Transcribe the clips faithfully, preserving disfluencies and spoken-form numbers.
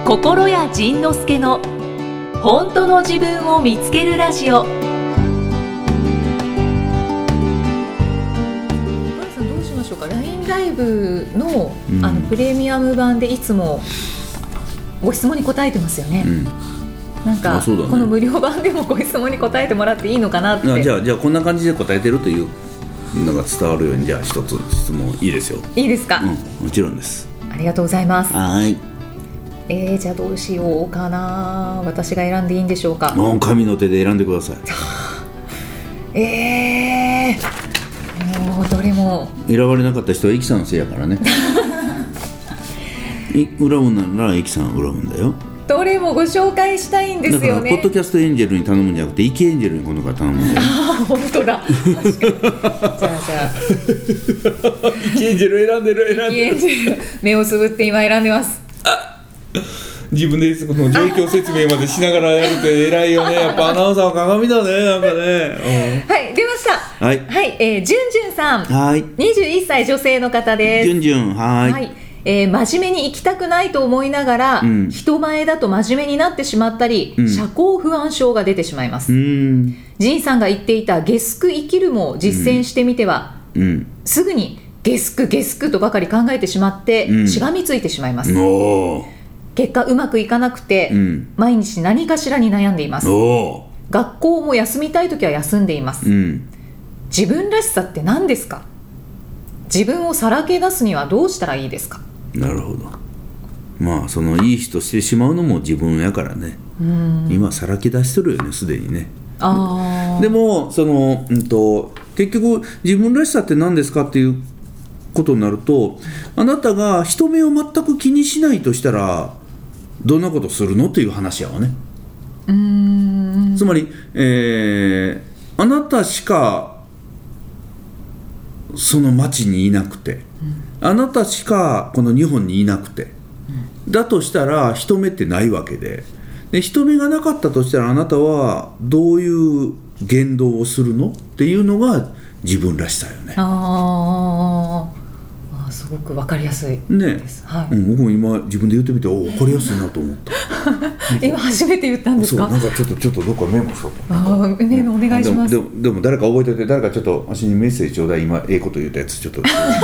心谷仁之助の本当の自分を見つけるラジオ。 どうしましょうか。 ライン ライブ の、うん、あのプレミアム版でいつもご質問に答えてますよね、うん、なんか、ね、この無料版でもご質問に答えてもらっていいのかなって。 じゃあ、じゃあこんな感じで答えてるというのが伝わるように、じゃあ一つ質問いいですよ。 いいですか、 うん、もちろんです。 ありがとうございます。 はい、 えー、じゃあどうしようかな。私が選んでいいんでしょうか。 もう神の手で選んでください。 えー、もうどれも選ばれなかった人はイキさんのせいやからね恨むならイキさんは恨むんだよ。 どれもご紹介したいんですよね。 だからポッドキャストエンジェルに頼むんじゃなくてイキエンジェルに今度から頼むんだよ。 ああ、本当だ。確かに。じゃあじゃあイキエンジェル選んでる選んでる。 イキエンジェル目をつぶって今選んでます。 自分でこの状況説明までしながらやるって偉いよね。やっぱアナウンサーは鏡だね、なんかね、うん、 はい、出ました。はい、はい、えー、じゅんじゅんさん、はい、にじゅういっさい女性の方です。 じゅんじゅん、はい、はい、 えー、真面目に生きたくないと思いながら、うん、人前だと真面目になってしまったり、うん、社交不安症が出てしまいます。うん、ジンさんが言っていたゲスク生きるも実践してみては、うん、すぐにゲスクゲスクとばかり考えてしまって、うん、しがみついてしまいます。おー、結果うまくいかなくて、うん、毎日何かしらに悩んでいます。学校も休みたいときは休んでいます、うん、自分らしさって何ですか。自分をさらけ出すにはどうしたらいいですか。 なるほど。まあそのいい人してしまうのも自分やからね。うん、今さらけ出しとるよね、すでにね。あでもその、うん、と結局自分らしさって何ですかっていうことになると、あなたが人目を全く気にしないとしたらどんなことするのっていう話やわね。うーん、つまり、えー、あなたしかその町にいなくて、うん、あなたしかこの日本にいなくて、うん、だとしたら人目ってないわけで、で人目がなかったとしたらあなたはどういう言動をするのっていうのが自分らしさよね。ああ、すごく分かりやすいね、 です、はい、 うん、僕も今自分で言ってみて分かりやすいなと思った今初めて言ったんですか。 そう、なんかちょっとちょっとどっかメモしようと。 あ、メモお願いします。 でも、でも、でも誰か覚えておいて、誰かちょっと私にメッセージちょうだい。今ええこと言ったやつちょっと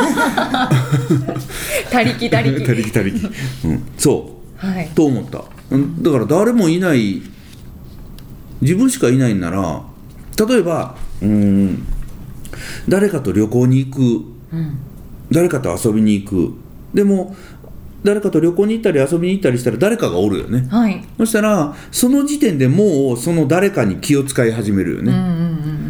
他力他力他力他力、うん、そう、はい、と思った。だから誰もいない、自分しかいないんなら、例えばうーん誰かと旅行に行く、うん、誰かと遊びに行く。でも誰かと旅行に行ったり遊びに行ったりしたら誰かがおるよね、はい、そしたらその時点でもうその誰かに気を使い始めるよね、うんうんうん、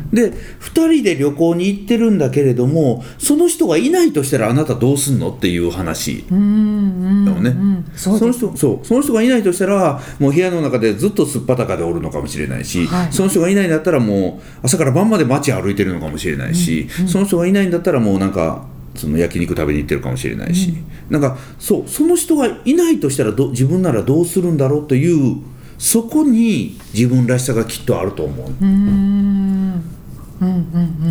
でふたりで旅行に行ってるんだけれどもその人がいないとしたらあなたどうすんのっていう話だよね。その人、そう、その人がいないとしたらもう部屋の中でずっとすっぱだかでおるのかもしれないし、はい、その人がいないんだったらもう朝から晩まで街歩いてるのかもしれないし、うんうん、その人がいないんだったらもうなんかその焼肉食べに行ってるかもしれないし、うん、なんかそう、その人がいないとしたらど自分ならどうするんだろうというそこに自分らしさがきっとあると思う。うーん、うんうんうんうんうん。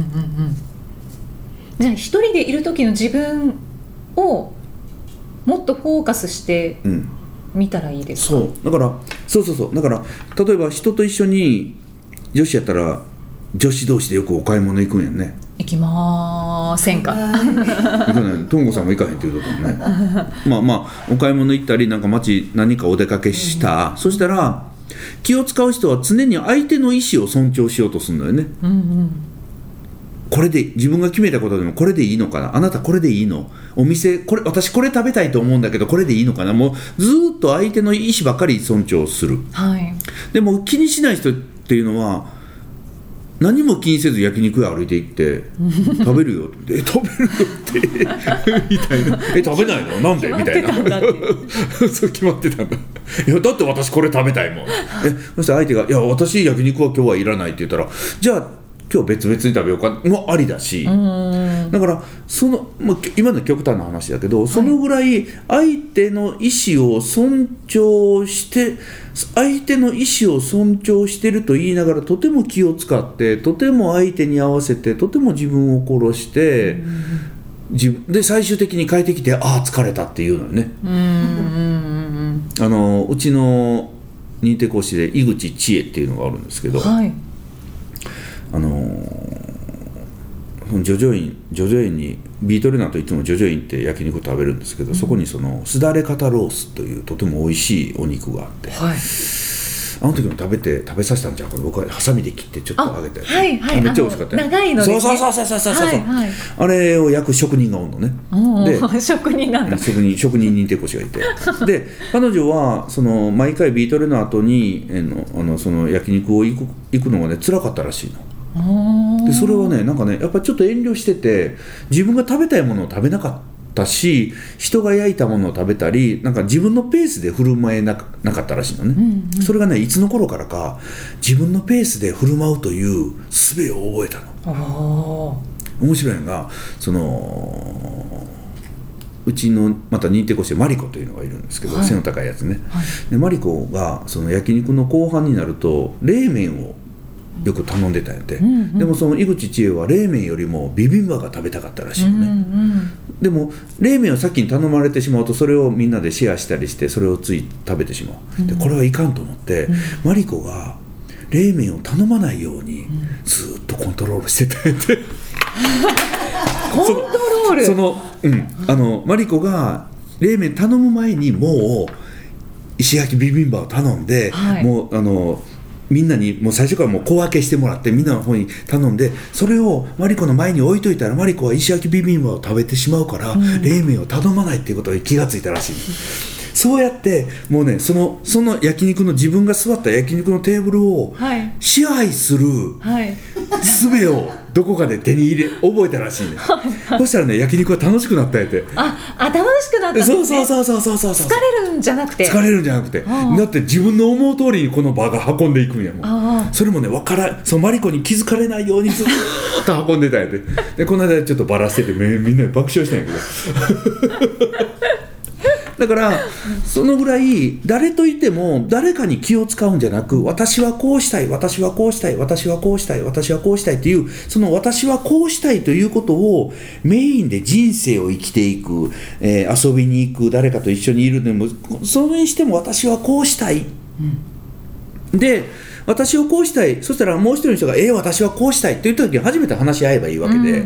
じゃあ一人でいる時の自分をもっとフォーカスして見たらいいですか。 うん、そうだからそうそうそうだから例えば人と一緒に女子やったら女子同士でよくお買い物行くんやんね。 行きまーせんか。 トンゴさんも行かへんっていうことね。まあまあお買い物行ったりなんか街何かお出かけした、うん、そしたら気を使う人は常に相手の意思を尊重しようとするんだよね、うんうん、これで自分が決めたことでもこれでいいのかな、あなたこれでいいの、お店これ私これ食べたいと思うんだけどこれでいいのかな、もうずっと相手の意思ばかり尊重する、はい、でも気にしない人っていうのは何も気にせず焼肉屋歩いて行って食べるよってえ食べるよってみたいな、え食べないのなんでみたいなそう決まってたんだ。いやだって私これ食べたいもん。えそして相手がいや私焼肉は今日はいらないって言ったらじゃあ今日別々に食べようかもありだし、うんだからその、まあ、今の極端な話だけどそのぐらい相手の意思を尊重して相手の意思を尊重してると言いながらとても気を使ってとても相手に合わせてとても自分を殺して、うん、自分で最終的に帰ってきてああ疲れたっていうのよね。うんあのうちの認定講師で井口千恵っていうのがあるんですけど、 はい、 あの叙々苑叙々苑にビートルナーといつも叙々苑って焼肉食べるんですけど、うん、そこにそのすだれ肩ロースというとても美味しいお肉があって、はい、あの時も食べて食べさせたんじゃん。これ僕はハサミで切ってちょっと揚げて、 はいはい、 めっちゃ美味しかったよ。 長いのですね。 そうそうそうそうそうそう、はいはい、あれを焼く職人がおんのね。 で職人なんだ。 職人職人認定講師がいてで彼女はその毎回ビートルの後にえのあのその焼肉を行く行くのがね辛かったらしいの。でそれはねなんかねやっぱりちょっと遠慮してて、自分が食べたいものを食べなかったし、人が焼いたものを食べたり、なんか自分のペースで振る舞えなかったらしいのね、うんうん、それがねいつの頃からか自分のペースで振る舞うという術を覚えたの。面白いのがそのうちのまた認定講師でマリコというのがいるんですけど、はい、背の高いやつね、はい、でマリコがその焼肉の後半になると冷麺をよく頼んでたんやて、うんうん、でもその井口千恵は冷麺よりもビビンバが食べたかったらしいよね、うんうん、でも冷麺を先に頼まれてしまうとそれをみんなでシェアしたりしてそれをつい食べてしまう。でこれはいかんと思って、うん、マリコが冷麺を頼まないようにずっとコントロールしてたんやてコントロールその、うん、あのマリコが冷麺頼む前にもう石焼きビビンバを頼んで、はい、もうあのみんなにもう最初からもう小分けしてもらってみんなの方に頼んで、それをマリコの前に置いといたらマリコは石焼きビビンバを食べてしまうから、うん、冷麺を頼まないっていうことに気がついたらしい。そうやってもうねその、その焼肉の自分が座った焼肉のテーブルを支配する術をどこかで手に入れ覚えたらしいねそしたらね焼肉が楽しくなったんやて。 ああ楽しくなったんですね。 そうそうそうそうそうそう。 疲れるんじゃなくて疲れるんじゃなくてだって自分の思う通りにこの場が運んでいくんやもん。それもね分からそのマリコに気づかれないようにずっと運んでたんやてでこの間ちょっとバラしててみんなで爆笑したんやけどだからそのぐらい誰といても誰かに気を使うんじゃなく、私はこうしたい私はこうしたい私はこうしたい私はこうしたいっていうその私はこうしたいということをメインで人生を生きていく、えー、遊びに行く誰かと一緒にいるでもそれにしても私はこうしたい、うん、で私をこうしたい。そしたらもう一人の人がえー、私はこうしたいって言った時に初めて話し合えばいいわけで、うんうんうん、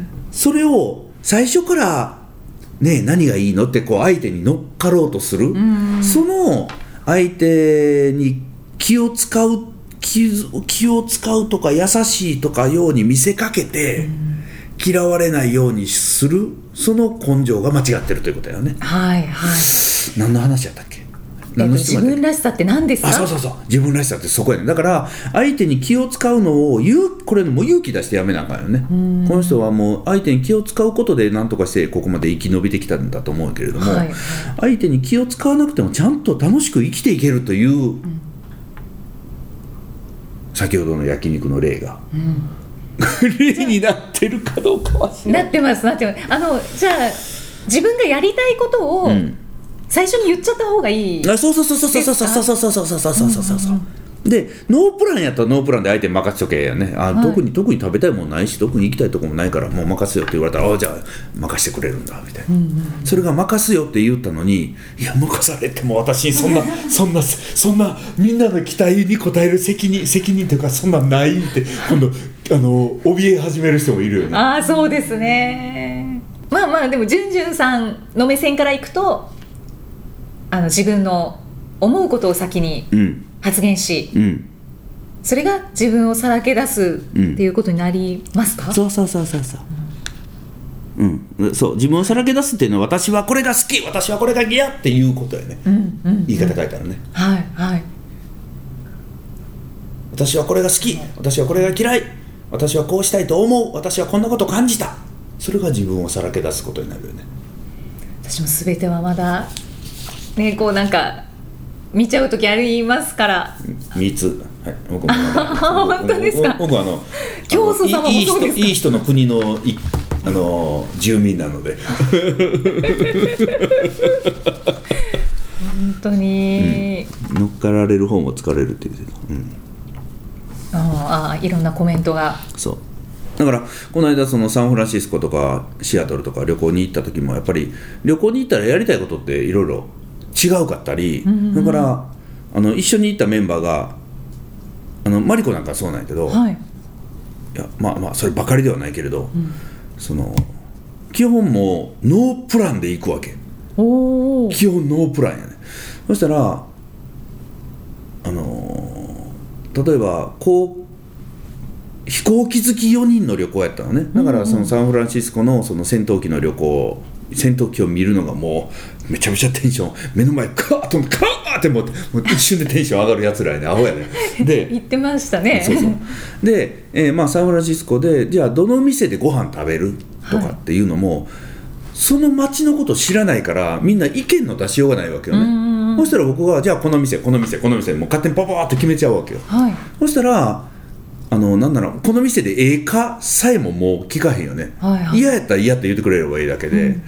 それを最初からね、何がいいのってこう相手に乗っかろうとする、うん、その相手に気を使う 気, 気を使うとか優しいとかように見せかけて、うん、嫌われないようにするその根性が間違ってるということだよね。 はいはい。 何の話やったっけ。 自分らしさって何ですか。 あそうそうそう自分らしさってそこやね。だから相手に気を使うのを言うこれもう勇気出してやめなあかんよね。この人はもう相手に気を使うことで何とかしてここまで生き延びてきたんだと思うけれども、はい、相手に気を使わなくてもちゃんと楽しく生きていけるという、うん、先ほどの焼肉の例が、うん、例になってるかどうかは知らない。 なってますなってます。あのじゃあ自分がやりたいことを、うん最初に言っちゃった方がいい。 あそうそうそうそうそうそうそうそうそうそうそうそうそうそうそうでノープランやったらノープランで相手に任せとけやね。あ、はい、特に特に食べたいもんないし特に行きたいとこもないからもう任せよって言われたらあじゃあ任せてくれるんだみたいな、うんうん、それが任すよって言ったのにいや任されても私にそんなそんなそんなみんなの期待に応える責任責任というかそんなんないって今度あの怯え始める人もいるよね。 ああそうですね。まあまあでもじゅんじゅんさんの目線からいくとあの自分の思うことを先に発言し、うん、それが自分をさらけ出すっていうことになりますか。 うん、そうそうそうそうそう、うんうん、そう自分をさらけ出すっていうのは私はこれが好き私はこれが嫌っていうことやね、うんうんうん、言い方書いたらね、 はいはい、 私はこれが好き私はこれが嫌い私はこうしたいと思う私はこんなこと感じたそれが自分をさらけ出すことになるよね。 私も全てはまだね、こうなんか見ちゃうときありますからみっつ、はい、僕も本当ですか。 僕はあの教祖様もそうですか。 いい人、いい人の国のいあの住民なので本当に、 うん、乗っかられる方も疲れるっていう、うん、 ああいろんなコメントがそうだからこの間そのサンフランシスコとかシアトルとか旅行に行った時もやっぱり旅行に行ったらやりたいことっていろいろ違うかったり、うん、だからあの一緒に行ったメンバーがあのマリコなんかそうなんやけど、はい、いやまあまあそればかりではないけれど、うん、その基本もうノープランで行くわけ。お基本ノープランやね。そしたらあのー、例えばこう飛行機好きよにんの旅行やったのね。だからそのサンフランシスコのその戦闘機の旅行、戦闘機を見るのがもうめちゃめちゃテンション、目の前カーッとカーッってもう一瞬でテンション上がるやつらやね、アホやね。で言ってましたね。 そうそうで、えーまあ、サンフランシスコでじゃあどの店でご飯食べるとかっていうのも、はい、その街のこと知らないからみんな意見の出しようがないわけよね。そしたら僕がじゃあこの店この店この店もう勝手にパパーって決めちゃうわけよ、はい、そしたらあのなんだろうこの店でええかさえももう聞かへんよね、はいはい、嫌やったら嫌って言ってくれればいいだけで、うんうん、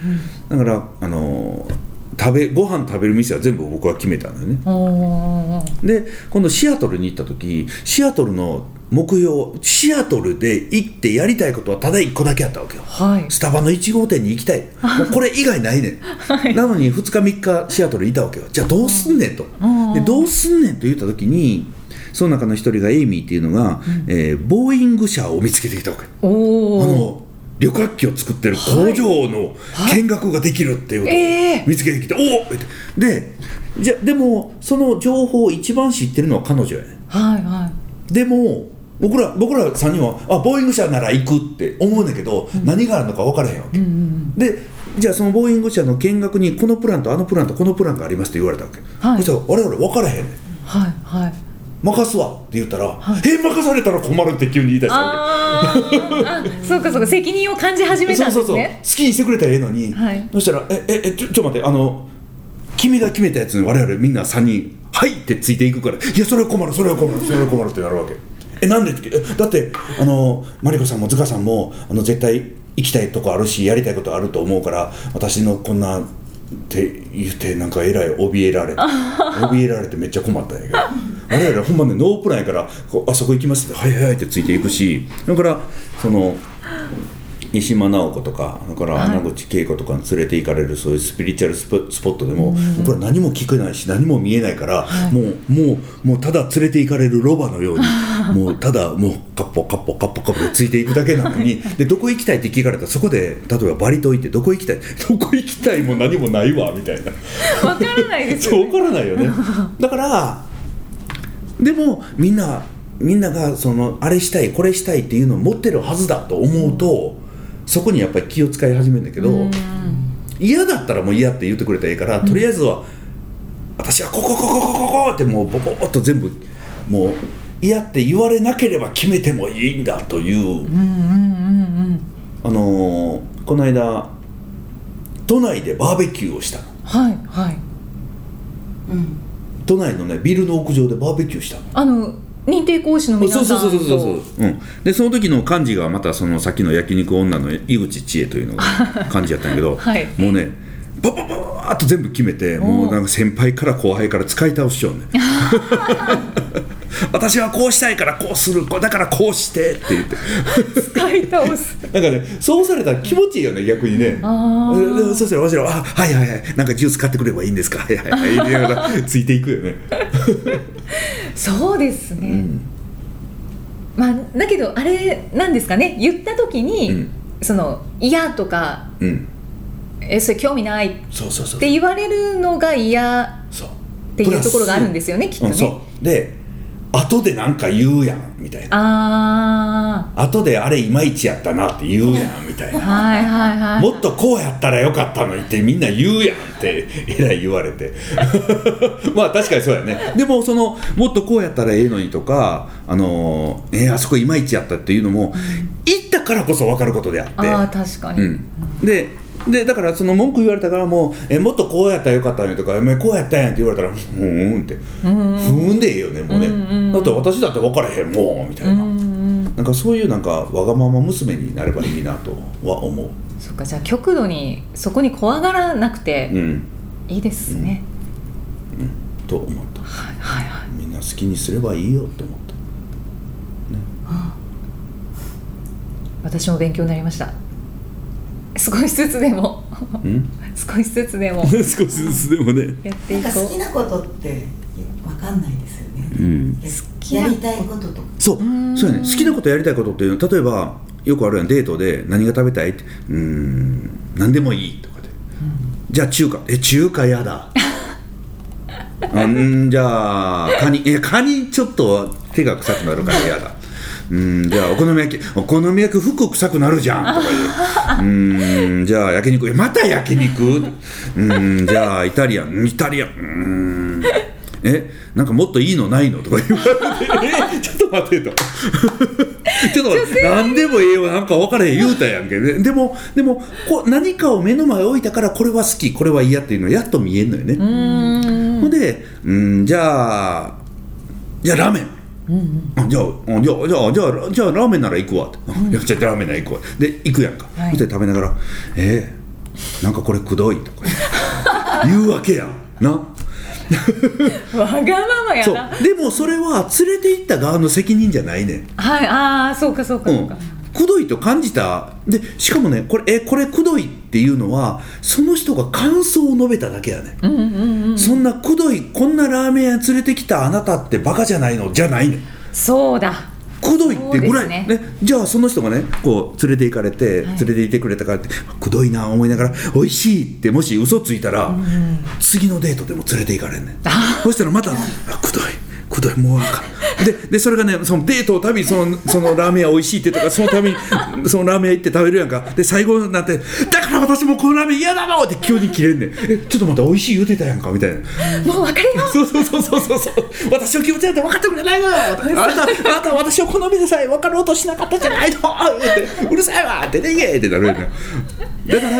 だからあの食べご飯食べる店は全部僕は決めたんだよね。で今度シアトルに行った時シアトルの目標シアトルで行ってやりたいことはただいっこだけあったわけよ、はい、スタバのいち号店に行きたいもうこれ以外ないねん、はい、なのにふつかみっかシアトルにいたわけよ。じゃあどうすんねんと、でどうすんねんと言った時にその中の一人がエイミーっていうのが、うんえー、ボーイング社を見つけてきたわけ。おあの旅客機を作ってる工場の見学ができるっていうことを見つけてきて、はいはい、おでじゃでもその情報を一番知ってるのは彼女やね、はいはい、でも僕ら僕らさんにんはあボーイング社なら行くって思うんだけど、うん、何があるのか分からへんわけ、うんうん、でじゃあそのボーイング社の見学にこのプランとあのプランとこのプランがありますって言われたわけ、はい、そしたら我々分からへんねん、はいはい、任すわって言ったら、はい、え任されたら困るって急に言い出したわけ。 ああそうかそうか責任を感じ始めたんですね。そうそうそう好きにしてくれたらええのに、はい、そしたらえええちょちょ待ってあの君が決めたやつに我々みんなさんにんはいってついていくからいやそれは困るそれは困るそれは困るってなるわけ。えなんでってだってあのマリコさんもズカさんもあの絶対行きたいとこあるしやりたいことあると思うから私のこんなって言ってなんかえらい怯えられて怯えられてめっちゃ困ったんやけど我々ほんまねノープランやからこうあそこ行きますってはいはいってついていくしだからその西間直子とかだから穴口恵子とかに連れて行かれるそういうスピリチュアルスポ、スポットでも、うん、僕ら何も聞けないし何も見えないから、はい、もうもうもうただ連れて行かれるロバのようにもうただもうカッポカッポカッポカッポでついていくだけなのにでどこ行きたいって聞かれたらそこで例えばバリ島行ってどこ行きたいどこ行きたいも何もないわみたいな分からないですよね。 そう分からないよねだからでもみんなみんながそのあれしたいこれしたいっていうのを持ってるはずだと思うと、うんそこにやっぱり気を使い始めるんだけど嫌だったらもう嫌って言ってくれたらいいからとりあえずは私はこここここここってもうボボッと全部もう嫌って言われなければ決めてもいいんだというあのー、この間都内でバーベキューをしたのはいはい、うん、都内のねビルの屋上でバーベキューしたのあの認定講師の皆さんとそうそうそうそうそう、うん、でその時の幹事がまたそのさっきの焼肉女の井口千恵というのが幹事やったんやけど、はい、もうねババババーっと全部決めてもうなんか先輩から後輩から使い倒しちゃうね私はこうしたいからこうするだからこうしてって言って使い倒すなんかねそうされたら気持ちいいよね逆にねあそしたらわしらあはいはいはいなんかジュース買ってくればいいんですかはいはいはい言いながらついていくよねそうですね、うん、まあだけどあれなんですかね言った時に、うん、その嫌とか、うん、えそれ興味ないって言われるのが嫌っていうところがあるんですよねきっとね、うん、 そうで後でなんか言うやんみたいなあ後であれいまいちやったなって言うやんみたいなはいはい、はい、もっとこうやったらよかったのにってみんな言うやんってえらい言われてまあ確かにそうやね。でもそのもっとこうやったらええのにとかあのー、えー、あそこいまいちやったっていうのも言ったからこそ分かることであってあ確かに、うん、 ででだからその文句言われたからもうえもっとこうやったらよかったのにとかこうやったんやんって言われたらふーんってふーんでええよねもうね、うんうん、だって私だって分からへんもんみたいな、うん、なんかそういうなんかわがまま娘になればいいなとは思う。 そっかじゃあ極度にそこに怖がらなくていいですね、 うんうん、と思った、はいはいはい、みんな好きにすればいいよって思った、ねはあ、 私も勉強になりました少しずつでも少しずつでも少しずつでもねやっていこう。 好きなことって分かんないですよね、 うん、 やりたいこととかそう、そうやね、好きなことやりたいことっていうのは例えばよくあるやん、デートで何が食べたいって、うーん何でもいいとかで、うん、じゃあ中華、え中華やだあんじゃあカニ、えカニちょっと手が臭くなるからやだうんじゃあお好み焼きお好み焼き服臭くなるじゃんとか言ううんじゃあ焼肉えまた焼肉うんじゃあイタリアンイタリアンうんえなんかもっといいのないのとか言われてえちょっと待てとちょっと待って何でもええわなんか分からへん言うたやんけ、ね、でもでもこう何かを目の前に置いたからこれは好きこれは嫌っていうのはやっと見えんのよね。ほんでうんじゃあじゃあラーメンうんうん、じゃあじゃあじゃあじゃあじゃあラーメンなら行くわって、うん、いやじゃあラーメンなら行くわで行くやんか、はい、そして食べながらえー、なんかこれくどいとか言うわけやんなわがままやな。 そうでもそれは連れて行った側の責任じゃないねん。 はいああそうかそうかそうか、 うんくどいと感じたでしかもねこれえこれくどいっていうのはその人が感想を述べただけやね、うんうんうん、そんなくどいこんなラーメン屋連れてきたあなたってバカじゃないのじゃないねん。 そうだくどいってぐらい、ねね、じゃあその人がねこう連れて行かれて、はい、連れて行ってくれたからってくどいな思いながら美味しいってもし嘘ついたら、うん、次のデートでも連れて行かれんねん。そしたらまたくどいくどいもうあかんで, でそれがねそのデートをたびにそのそのラーメン屋美味しいってとかそのたびにそのラーメン屋行って食べるやんかで最後になってだから私もこのラーメン嫌だろって急に切れんねん。えちょっと待って美味しい言うてたやんかみたいなもう分かるよそうそうそうそうそうそう私の気持ちなんて分かってくれないのあなたあなたは私を好みでさえ分かろうとしなかったじゃないのうるさいわ出ていけってなるやんだから、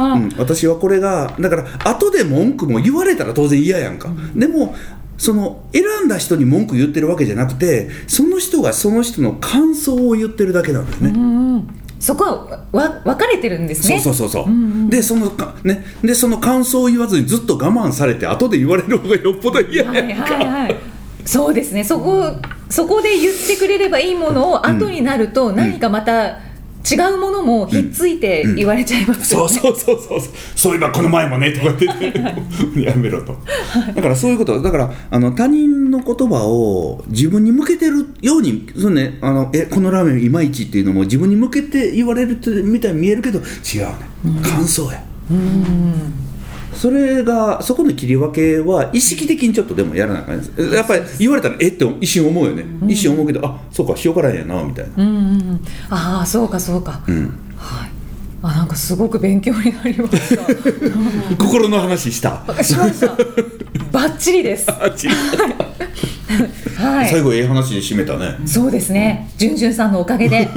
うん、私はこれがだから後で文句も言われたら当然嫌やんか、うん、でもその選んだ人に文句言ってるわけじゃなくてその人がその人の感想を言ってるだけなんだよね。うんうん、 そこはわ分かれてるんですね。 そうそうそうそう、うんうん、でそのか、ね、でその感想を言わずにずっと我慢されて後で言われる方がよっぽど嫌やんか、はいはいはい、 そうですねそこ、そこで言ってくれればいいものを後になると何かまた違うものもひっついて言われちゃいますよね、 うんうん、そうそうそうそうそういえばこの前もねとかってやめろとだからそういうことだからあの他人の言葉を自分に向けてるようにその、ね、あのえこのラーメンいまいちっていうのも自分に向けて言われるみたいに見えるけど違うね、うん、感想やうんそれがそこの切り分けは意識的にちょっとでもやらなあかんです。やっぱり言われたらえって一瞬思うよね、うん、一瞬思うけどあそうか塩辛いやなみたいな、うんうん、 ああそうかそうか、うんはい、あなんかすごく勉強になりました心の話したしましたバッチリですバッチリはい、最後ええ話で締めたね。 そうですねじゅんじゅんさんのおかげで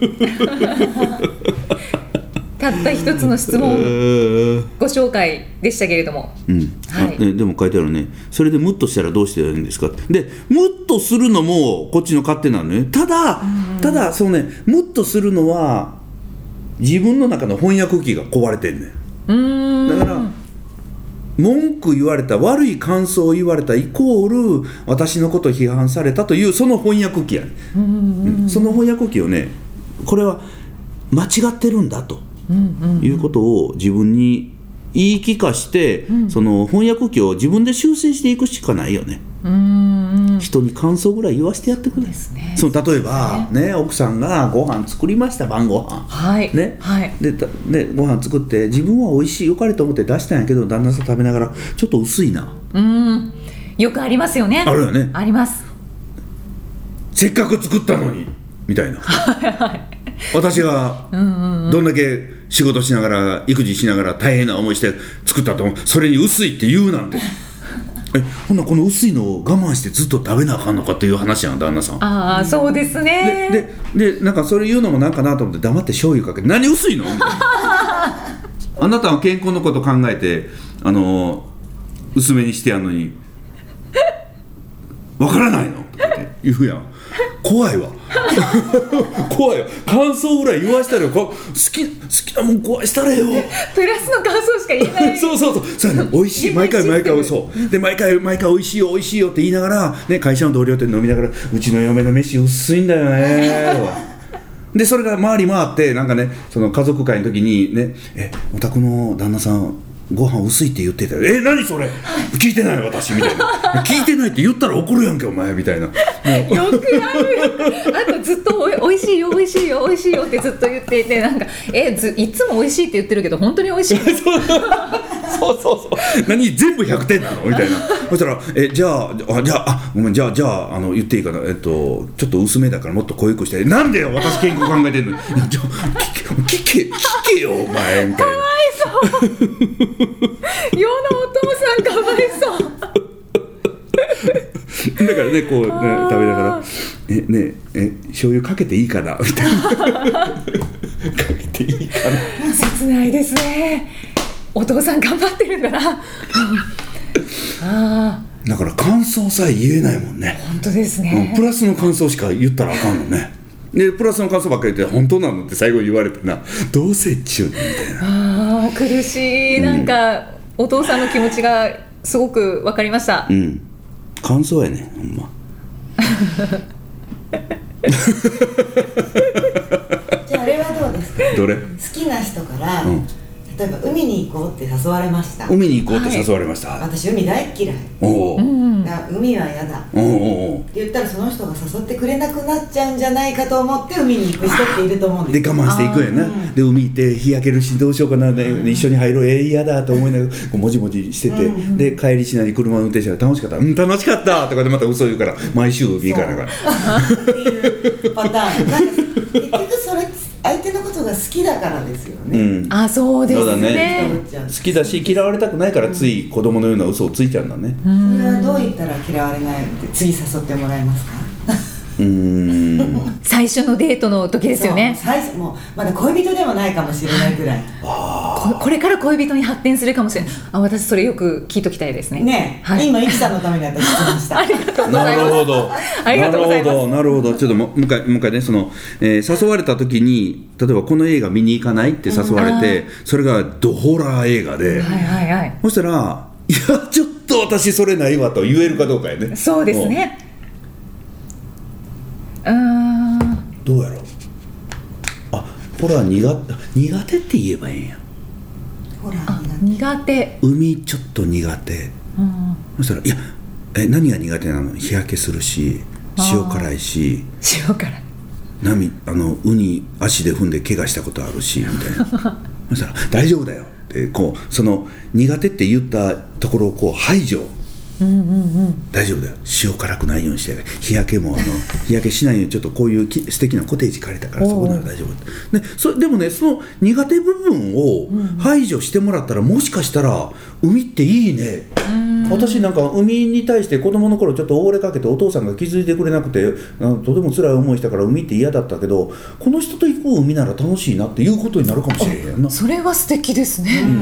たった一つの質問ご紹介でしたけれども、 うんはいね、でも書いてあるねそれでムッとしたらどうしてやるんですかでムッとするのもこっちの勝手なのね。ただただそうねムッとするのは自分の中の翻訳機が壊れてんねん。うーんだから文句言われた悪い感想を言われたイコール私のことを批判されたというその翻訳機やねん。うんうんその翻訳機をねこれは間違ってるんだとうんうんうん、いうことを自分に言い聞かして、うん、その翻訳機を自分で修正していくしかないよね。うんうん人に感想ぐらい言わせてやってくれ、ね、その例えば、ねね、奥さんがご飯作りました晩ご飯、 はいねはい、でねご飯作って自分は美味しいよかれと思って出したんやけど旦那さん食べながらちょっと薄いなうんよくありますよね。 あるよねありますせっかく作ったのにみたいな私がどんだけ仕事しながら育児しながら大変な思いして作ったと思うそれに薄いって言うなんてえほんなこの薄いのを我慢してずっと食べなあかんのかっていう話やん旦那さん。 ああそうですね。 でででなんかそれ言うのもなんかなと思って黙って醤油かけて何薄いのみたいなあなたは健康のこと考えてあの薄めにしてやんのにわからないのとかって言うやん怖いわ怖いよ感想ぐらい言わしたらよ好き好きなもん壊したらよプラスの感想しか言えないそうそうそうそう、ね、美味しい毎回毎回そうで毎回毎回美味しいよ美味しいよって言いながら、ね、会社の同僚と飲みながらうちの嫁の飯薄いんだよねでそれが回り回ってなんかね、その家族会の時にね、えお宅の旦那さんご飯薄いって言ってたよ、え何それ聞いてない私みたいな聞いてないって言ったら怒るやんけお前みたいな、もうよくあるよくあとずっとおいしいよおいしいよおいしいよってずっと言っていて、なんかえずいつもおいしいって言ってるけど本当においしいそうそうそう何全部ひゃくてんなのみたいなそしたらえじゃああじゃああごめんじゃあじゃああの言っていいかな、えっとちょっと薄めだからもっと濃いくしてなんでよ私健康考えてんのじゃあ聞け聞けよお前みたいな、かわいそう世のお父さんかわいそうだからねこうね食べながらえねえ醤油かけていいかなみたいなかけていいかな切ないですね。お父さん頑張ってるんだなあだから感想さえ言えないもんね。 本当ですね、 うん、プラスの感想しか言ったらあかんのね。でプラスの感想ばっかり言って本当なのって最後言われてな、どうせっちゅうねんみたいな。 あ苦しい、なんか、うん、お父さんの気持ちがすごく分かりました。 うん感想やねほんまじゃああれはどうですか。 どれ好きな人から、うん例えば海に行こうって誘われました。 海に行こうって誘われました、はい、 私海大嫌い。 おーだから海は嫌だおおって言ったらその人が誘ってくれなくなっちゃうんじゃないかと思って海に行く人っていると思うんです。 で我慢していくやな、うん、で海行って日焼けるしどうしようかな、ねうん、一緒に入ろうえー、嫌だと思いながらこうもじもじしてて、うん、で帰りしない車の運転手が楽しかったうん楽しかったとかでまた嘘言うから毎週海行かながらっていうパターンなんか結局それ相手のことが好きだからですよね、 うん、 あそうですね、そうだね好きだし嫌われたくないからつい子供のような嘘をついちゃうんだね。 それはどう言ったら嫌われないって次誘ってもらえますか。 うーん最初のデートの時ですよね。 最初もうまだ恋人でもないかもしれないくらいこ, これから恋人に発展するかもしれない。あ私それよく聞いときたいですね。 ね、 はい、 今イキさんのために私質問したありがとうございます。 なるほどありがとうございます。 なるほどなるほど。ちょっともう一回もう一回ねその、えー、誘われた時に例えばこの映画見に行かないって誘われて、うん、それがドホラー映画で、 はいはいはい、 そしたらいやちょっと私それないわと言えるかどうかやね。 そうですね。うーんどうやろう。あホラー苦苦手って言えばいいんや。 ホラー苦手。 海ちょっと苦手、うん、そしたらいやえ何が苦手なの。日焼けするし塩辛いし塩辛い波あのウニ足で踏んで怪我したことあるしみたいなそしたら大丈夫だよってこうその苦手って言ったところをこう排除、うんうんうん、大丈夫だよ塩辛くないようにして日焼けもあの日焼けしないようにちょっとこういうき素敵なコテージ借りたからそこなら大丈夫で, そでもねその苦手部分を排除してもらったらもしかしたら海っていいね。私なんか海に対して子供の頃ちょっと溺れかけてお父さんが気づいてくれなくてとても辛い思いしたから海って嫌だったけどこの人と行こう海なら楽しいなっていうことになるかもしれへんな。 それは素敵ですね、うん、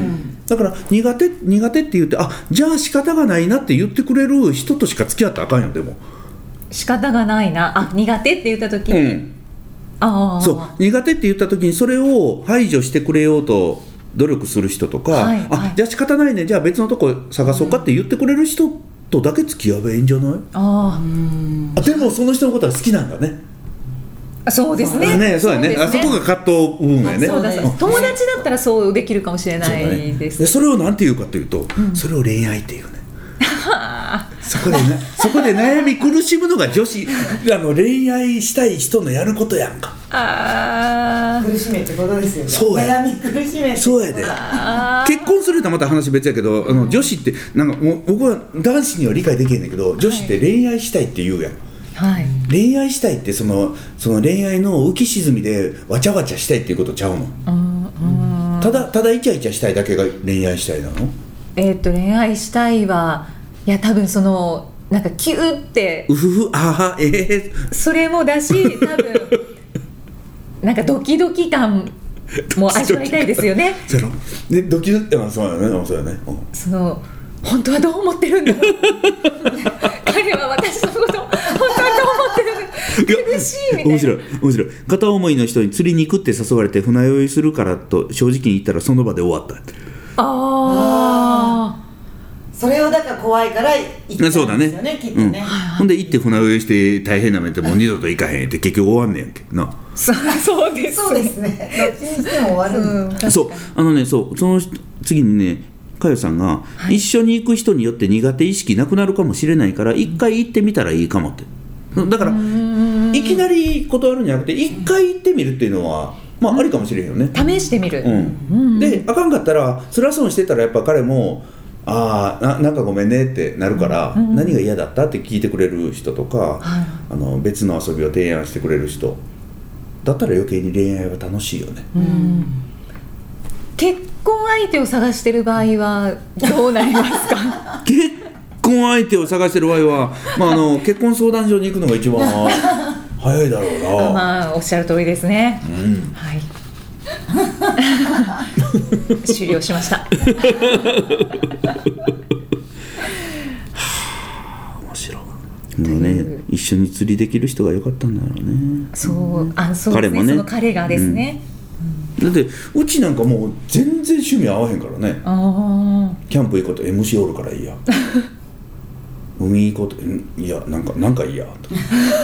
だから苦手苦手って言ってあじゃあ仕方がないなって言ってくれる人としか付き合ったらあかんよ。でも仕方がないなあ苦手って言った時に、うん、あそう苦手って言った時にそれを排除してくれようと努力する人とか、はいはい、あじゃあ仕方ないねじゃあ別のとこ探そうかって言ってくれる人とだけ付き合えばいいんじゃない。ああでもその人のことは好きなんだね。 そうですね。 ねそうだね。あそこが葛藤部分やね。 そうだね。友達だったらそうできるかもしれないです。 そ, でそれをなんて言うかというと、うん、それを恋愛っていうね。そこでなそこで悩み苦しむのが女子あの恋愛したい人のやることやんか。 あ苦しめってことですよね。 そうや悩み苦しめってそうやで。結婚するとまた話別やけど、あの女子ってなんかもう僕は男子には理解できへんねんけど女子って恋愛したいって言うやん、はい、恋愛したいってその、その恋愛の浮き沈みでわちゃわちゃしたいっていうことちゃうの。うんただただイチャイチャしたいだけが恋愛したいなの。 えー、っと恋愛したいはいや多分そのなんかキューってうふふあはええー、 それもだし多分なんかドキドキ感も味わいたいですよね。 そのでドキドキあそうやねそうやね、うん、 その本当はどう思ってるんだろう彼は私のこと本当はどう思ってるんだ苦しいみたいな。 面白い面白い。片思いの人に釣りに行くって誘われて船酔いするからと正直に言ったらその場で終わった。 ああそれをだから怖いから行ったんですよね、きっとね、 うん、ほんで行って船酔いして大変なめてもう二度と行かへんって結局終わんねんやんけな。 そ, そうです、 そうですね、どっちにしても終わる、うん、 そうあのねそうその次にねかよさんが、はい、一緒に行く人によって苦手意識なくなるかもしれないから一回行ってみたらいいかもって。だからいきなり断るんじゃなくて一回行ってみるっていうのはまあありかもしれんよね。 試してみる、 うん、であかんかったら辛そうにしてたらやっぱ彼もああ な, なんかごめんねってなるから、うん、何が嫌だったって聞いてくれる人とか、はい、あの別の遊びを提案してくれる人だったら余計に恋愛は楽しいよね、うん、 結婚相手を探してる場合はどうなりますか結婚相手を探してる場合は、まあ、あの結婚相談所に行くのが一番早いだろうなまあおっしゃる通りですね、うんはい終了しましたはあ、面白いもうね一緒に釣りできる人が良かったんだろうね。 そうあそうですね、彼もねその彼がですね、 うん、だってうちなんかもう全然趣味合わへんからね。あキャンプ行こうと エムシー おるからいいや海行こうといやなんかなんかいいやと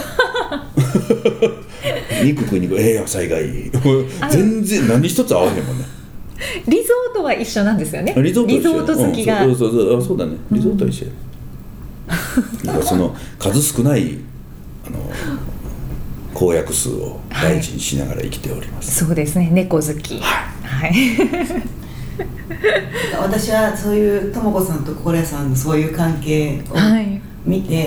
肉食いに行くええや災害全然何一つ合わへんもんね。 リゾートは一緒なんですよね。 リゾート, リゾート好きが、 うん、そうそうそうそうだねリゾートは一緒や、うん、だからその数少ないあの公約数を大事にしながら生きております、 はい、そうですね猫好きはい、はい、 私はそういうともこさんと心屋さんのそういう関係を見て、はい、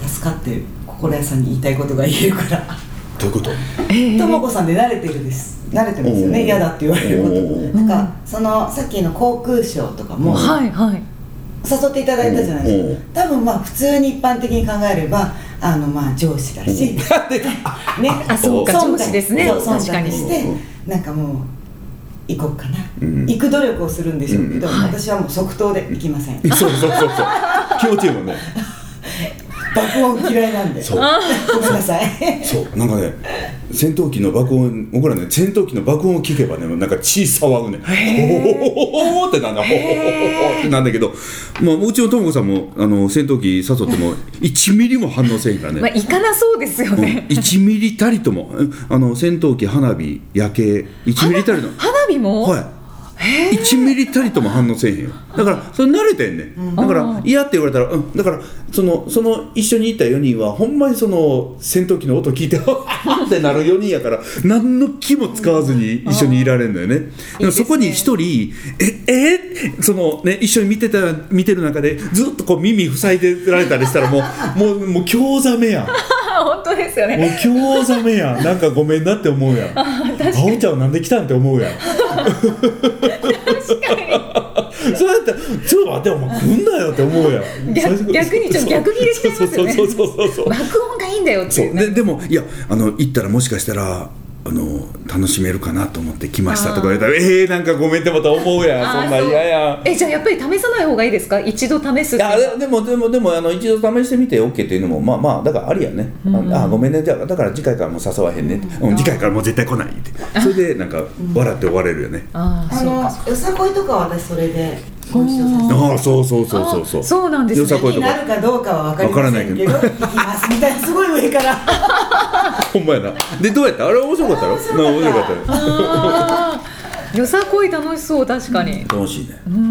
助かって心屋さんに言いたいことが言えるからどういうこと？ ともこさんで慣れてるです慣れてますよね。嫌だって言われることなんかそのさっきの航空ショーとかも、はいはい、誘っていただいたじゃないですか。多分まあ普通に一般的に考えればあのまあ上司だし、ね、 あそうか上司ですね。 そう確かにしてなんかもう行こうかな、うん、行く努力をするんでしょうけど、うん、私はもう即答で行きません。 そうそうそうそう気持ちいいもんね。 爆音嫌いなんでそうごめんなさい。 そうなんかね戦闘機の爆音僕らね戦闘機の爆音を聞けばねなんか血騒ぐねほほほほってなんだほほほほってなんだけど、まあ、うちのともこさんもあの戦闘機誘ってもいちミリも反応せんからね、 まあ、行かなそうですよね、 うん、いちミリたりともあの戦闘機花火夜景いちミリたりの花火もはいいちミリたりとも反応せえへんよ。だからそれ慣れてんね、うん、だから嫌って言われたら、うん、だからそのその一緒に行ったよにんはほんまにその戦闘機の音聞いてってなるよにんやから何の気も使わずに一緒にいられるのよね、うん、でもそこに一人ええそのね一緒に見てた見てる中でずっとこう耳塞いでられたりしたらもうもうもう興ざめやん本当ですよね。 もう興ざめやんなんかごめんなって思うやん。あおちゃんはなんで来たんって思うやん確かにそうやったらちょっと待ってお前来んなよって思うやん。 逆, 逆にちょっと逆切れしてますよね。 そうそうそうそう爆音がいいんだよっていう、ね、 そう で, でもいやあの行ったらもしかしたらあの楽しめるかなと思って来ましたとか言われたらえー、なんかごめんってまた思うやん。そんな嫌やえじゃあやっぱり試さない方がいいですか。一度試すって。いやでもでもでもあの一度試してみて OK っていうのもまあまあだからありやね、うん、あ, あごめんねじゃあだから次回からもう誘わへんねって、うん、次回からもう絶対来ないってそれでなんか笑って終われるよね、うん、 ああのよさこいとかは私それでご一緒させてああそうそうそうそうそうそうなんですね。 よさこいとかになるかどうかは分かりませんけど行きますみたいなすごい上からほんまやな。でどうやったあれ面白かったろ。面白かったよ。 あよさこい楽しそう確かに、 うん、楽しいね、うんうん、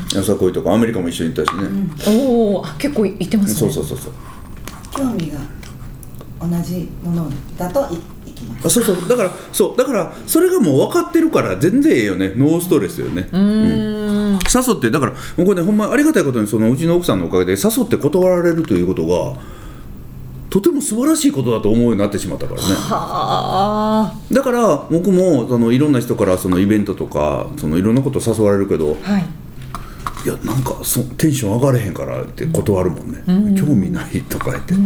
よさこいとかアメリカも一緒に行ったしね、 うん、おお結構行ってますね。 そうそうそうそう興味が同じものだと行きます。 あそうそうだからそうだからそれがもう分かってるから全然ええよね。ノーストレスよね。うん、うん、誘ってだから僕ねほんまありがたいことにそのうちの奥さんのおかげで誘って断られるということがとても素晴らしいことだと思うようになってしまったからね。はだから僕もそのいろんな人からそのイベントとかそのいろんなこと誘われるけど、はい、いやなんかそテンション上がれへんからって断るもんね、うん、興味ないとか言って、うん、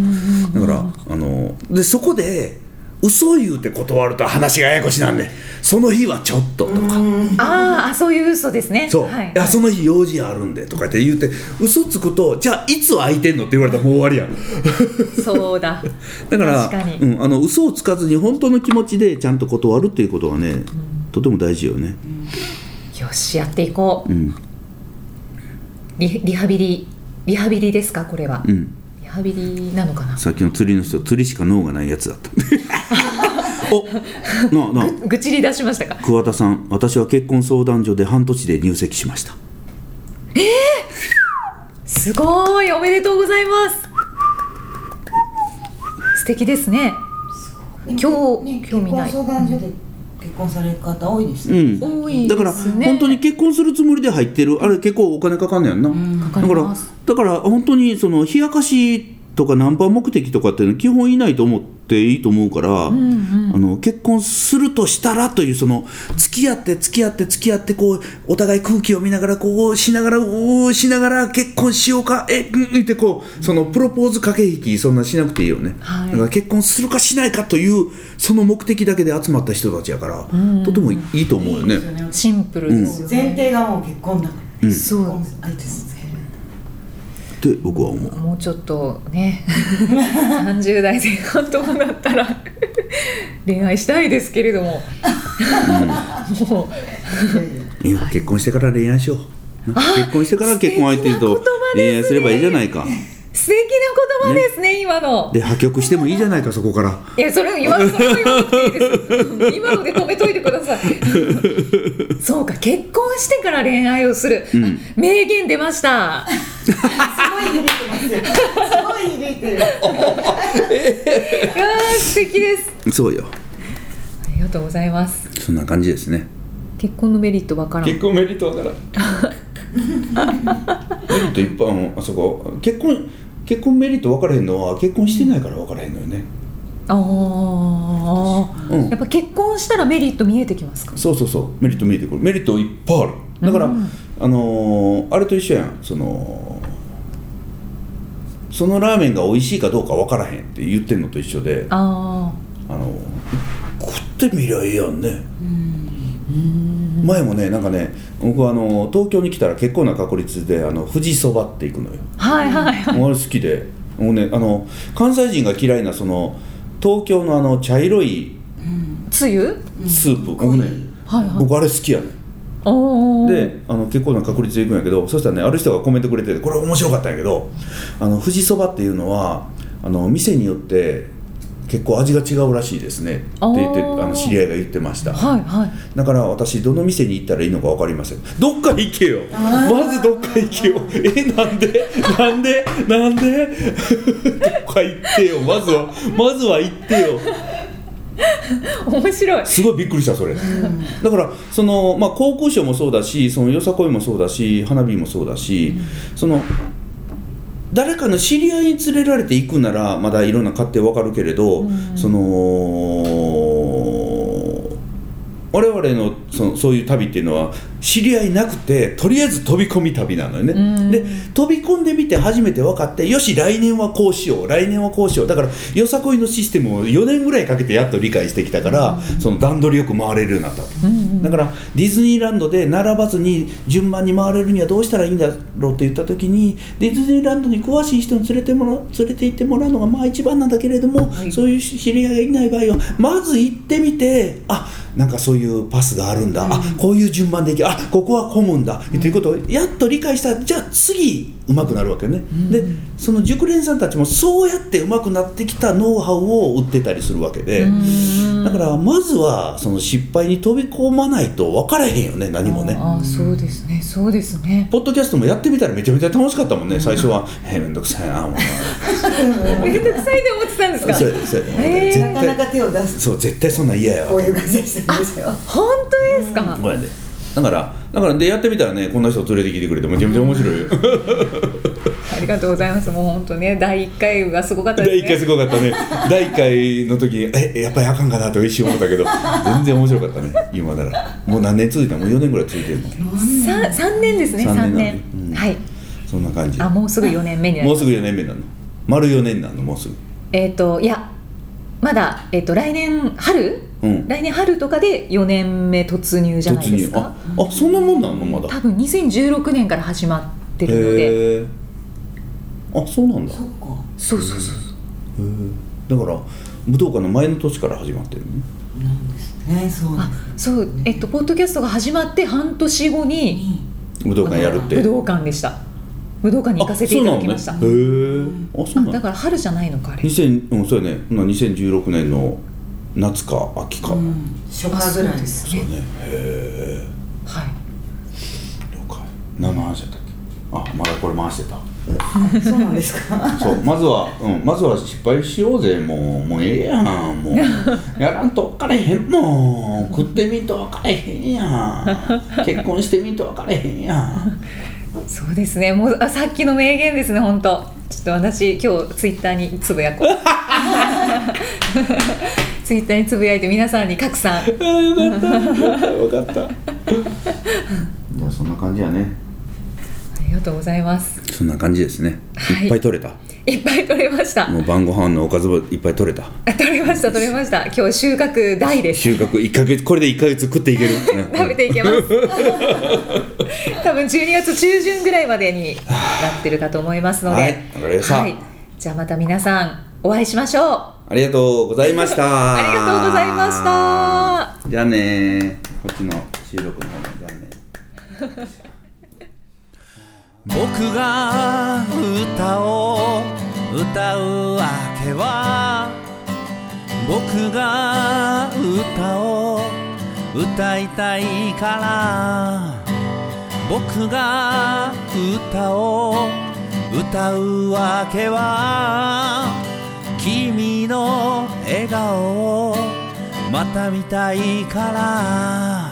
だからあのでそこで嘘言うて断ると話がややこしなんでその日はちょっととかああそういう嘘ですね。 そう、はい、いやその日用事あるんでとかって言うて嘘つくとじゃあいつ空いてんのって言われたらもう終わりやんそうだだから確かに、うん、あの嘘をつかずに本当の気持ちでちゃんと断るっていうことはね、うん、とても大事よね、 うん、よしやっていこう、うん、 リ, リハビリリハビリですかこれは、 うん、 リハビリなのかな。 さっきの釣りの人釣りしか脳がないやつだったおなあなあぐちり出しましたか。 桑田さん、私は結婚相談所で半年で入籍しました。 えー、すごい、おめでとうございます。素敵ですね。今日、ね、興味ない。 結婚相談所で結婚される方多いですね、 うん、 多いですね。 だから本当に結婚するつもりで入ってるあれ結構お金かかんねやんな、うん、 かかります。 だからだから本当にその冷やかしとかナンパ目的とかっていうのは基本いないと思っていいと思うから、うんうん、あの結婚するとしたらというその付き合って付き合って付き合ってこうお互い空気を見ながらこうしながらおーしながら結婚しようかえうんってこうそのプロポーズ駆け引きそんなしなくていいよね、はい、だから結婚するかしないかというその目的だけで集まった人たちやから、うん、とてもいいと思うよね。 シンプルですよね、 うん、前提がもう結婚だから、 うん、そう相手ですねって僕は思う。 もうちょっとねさんじゅう代前半とかだったら恋愛したいですけれども、 うん、もういや結婚してから恋愛しよう。結婚してから結婚相手と恋愛すればいいじゃないか。 素敵な言葉ですね、ね今ので破局してもいいじゃないかそこから。 いやそれを言わそれを言わなくていいです今ので止めといてくださいそうか結婚してから恋愛をする、うん、名言出ましたすごい響いてますよすごい響いてるいや素敵です。 そうよ、 ありがとうございます。 そんな感じですね。 結婚のメリットわからん。 結婚メリットわからんメリットいっぱいあそこ結婚結婚メリット分からへんのは結婚してないから分からへんのよね。 ああ、うん、やっぱ結婚したらメリット見えてきますか。 そうそうそうメリット見えてくる。メリットいっぱいある。だから、うん、あのー、あれと一緒やん。そのそのラーメンが美味しいかどうか分からへんって言ってんのと一緒で、ああの食ってみりゃいいやんね。うん前もねなんかね僕はあの東京に来たら結構な確率であの富士そばって行くのよ。 はいはいはい。 あれ好きでもう、ね、あの関西人が嫌いなその東京のあの茶色いつゆスープ、僕ね、はいはい、僕あれ好きやねん。であの結構な確率で行くんやけど、そしたらねある人がコメントくれててこれ面白かったんやけど、あの富士そばっていうのはあの店によって結構味が違うらしいですねって言ってあの知り合いが言ってました、はいはい、だから私どの店に行ったらいいのか分かりません。どっか行けよまずどっか行けよえなんでなんでなんでどっか行ってよまずはまずは行ってよ面白い。 すごいびっくりしたそれ、うん、だからその、まあ、航空ショーもそうだしそのよさこいもそうだし花火もそうだし、うん、その誰かの知り合いに連れられて行くならまだいろんな勝手わかるけれど、うん、その我々 の, そのそういう旅っていうのは知り合いなくてとりあえず飛び込み旅なのよね、うん、で飛び込んでみて初めて分かってよし来年はこうしよう来年はこうしようだからよさこいのシステムをよねんぐらいかけてやっと理解してきたから、うん、その段取りよく回れるようになった、うん、だからディズニーランドで並ばずに順番に回れるにはどうしたらいいんだろうって言った時にディズニーランドに詳しい人に連れてもら連れて行ってもらうのがまあ一番なんだけれども、はい、そういう知り合いがいない場合はまず行ってみてあなんかそういうパスがあるんだ、うん、あこういう順番でいけあここは混むんだ、うん、ということをやっと理解したらじゃあ次上手くなるわけね、うん、でその熟練さんたちもそうやって上手くなってきたノウハウを売ってたりするわけで、うん、だからまずはその失敗に飛び込まないと分からへんよね何もね。 ああそうですねそうですね。 ポッドキャストもやってみたらめちゃめちゃ楽しかったもんね、うん、最初はえー、めんどくさいなもうめんどくさいで思ってたんですか。 そうそう、えー、なかなか手を出すそう絶対そんなん嫌やわこういう感じでしたんですよ。 本当ですか。 これでだからだからでやってみたらねこんな人連れてきてくれてめちゃめちゃ面白いよありがとうございます。もう本当ねだいいっかいがすごかったですね。 だいいっかいすごかったねだいいっかいの時えやっぱりあかんかなと一瞬思ったけど全然面白かったね。今ならもう何年続いたのもうよねんぐらい続いてるの 3, さんねんですね。さんねん、うん、はいそんな感じ。 あもうすぐよねんめになる。 もうすぐよねんめになるの丸よねんになるのもうすぐえっ、ー、といやまだ、えー、と来年春、うん、来年春とかでよねんめ突入じゃないですか。 あ, あそんなもんなんのまだ。 多分にせんじゅうろくねんから始まってるので。 へあそうなんだ。 そうかそうそうそうへだから武道館の前の年から始まってるね。 なんですね。そうです。 あそうえっとポッドキャストが始まって半年後に武道館やるって。 武道館でした。 武道館に行かせていただきました。 そうなのね、へー、あ、そうなの。 だから春じゃないのかあれ。 にせん、うん、そうやね、にせんじゅうろくねんの夏か秋か、うん、 初夏ぐらいですね。そうね、へー、 はい、 了解。何の話だったっけ。あ、まだこれ回してた。 そうなんですか。 そう、まずは、うん、まずは失敗しようぜ。もうもうええやん、もうやらんと分かれへんもん。食ってみんと分かれへんやん。結婚してみんと分かれへんやん。 そうですね、もうあさっきの名言ですね。本当ちょっと私今日ツイッターにつぶやこうツイッターにつぶやいて皆さんに拡散。 分かったじゃあそんな感じやね。 ありがとうございます。 そんな感じですね、はい、いっぱい取れた。 いっぱい取れました。 もう晩ご飯のおかずもいっぱい取れた。 取れました取れました。今日収穫大です。 収穫いっかげつ、これでいっかげつ食っていける食べていけます多分じゅうにがつ中旬ぐらいまでになってるかと思いますので、 はい、わかりました、はい、 じゃあまた皆さんお会いしましょう。 ありがとうございましたありがとうございました。 じゃあね、こっちの収録の方もじゃあね僕が歌を歌うわけは、僕が歌を歌いたいから、僕が歌を歌うわけは、君の笑顔をまた見たいから、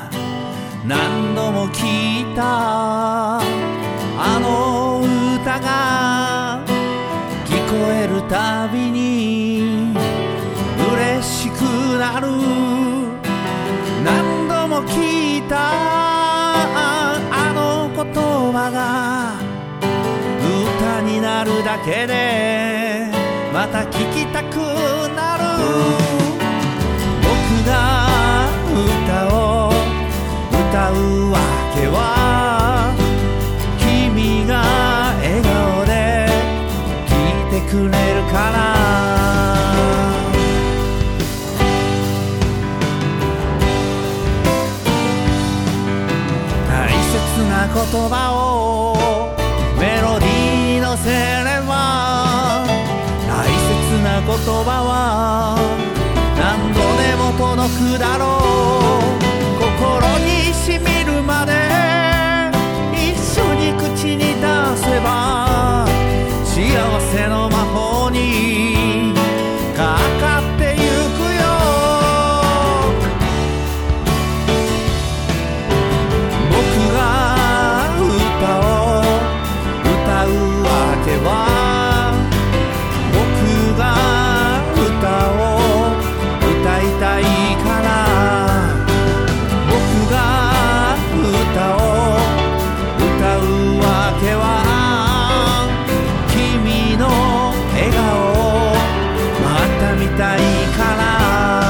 何度も聞いたあの歌が聞こえるたびに嬉しくなる。何度も聞いたあの言葉が歌になるだけでまた聞きたくなる。僕が歌を歌うわけは、君が笑顔で聞いてくれるから。大切な言葉をメロディーに乗せれば、大切な言葉は何度でも届くだろう。心にしみるまで一緒に口に出せば、幸せの魔法にかかってゆくよ。僕が歌を歌うわけは、僕が歌を歌いたいから、僕が歌を歌うわけは、君の笑顔をまた見たいから。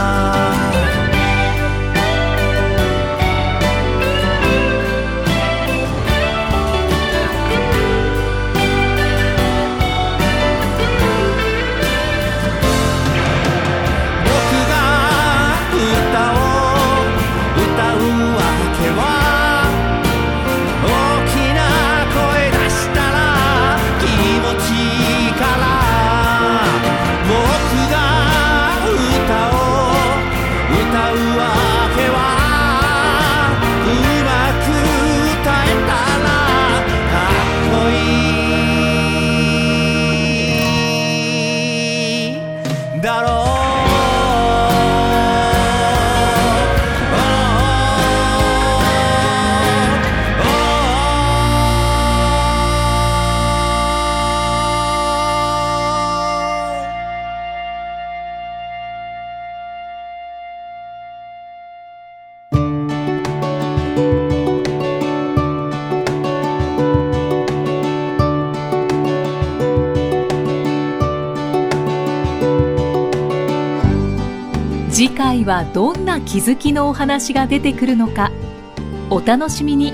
僕が歌を歌うわけは、大きな声出したら気持ちいいから。僕が歌を歌うわけは、うまく歌えたらかっこいいだろう。 次回はどんな気づきのお話が出てくるのか、お楽しみに。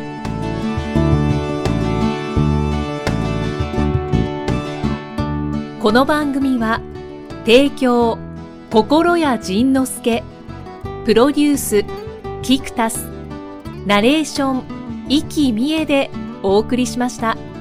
この番組は提供心谷仁之助、プロデュースキクタス、ナレーション生きみえでお送りしました。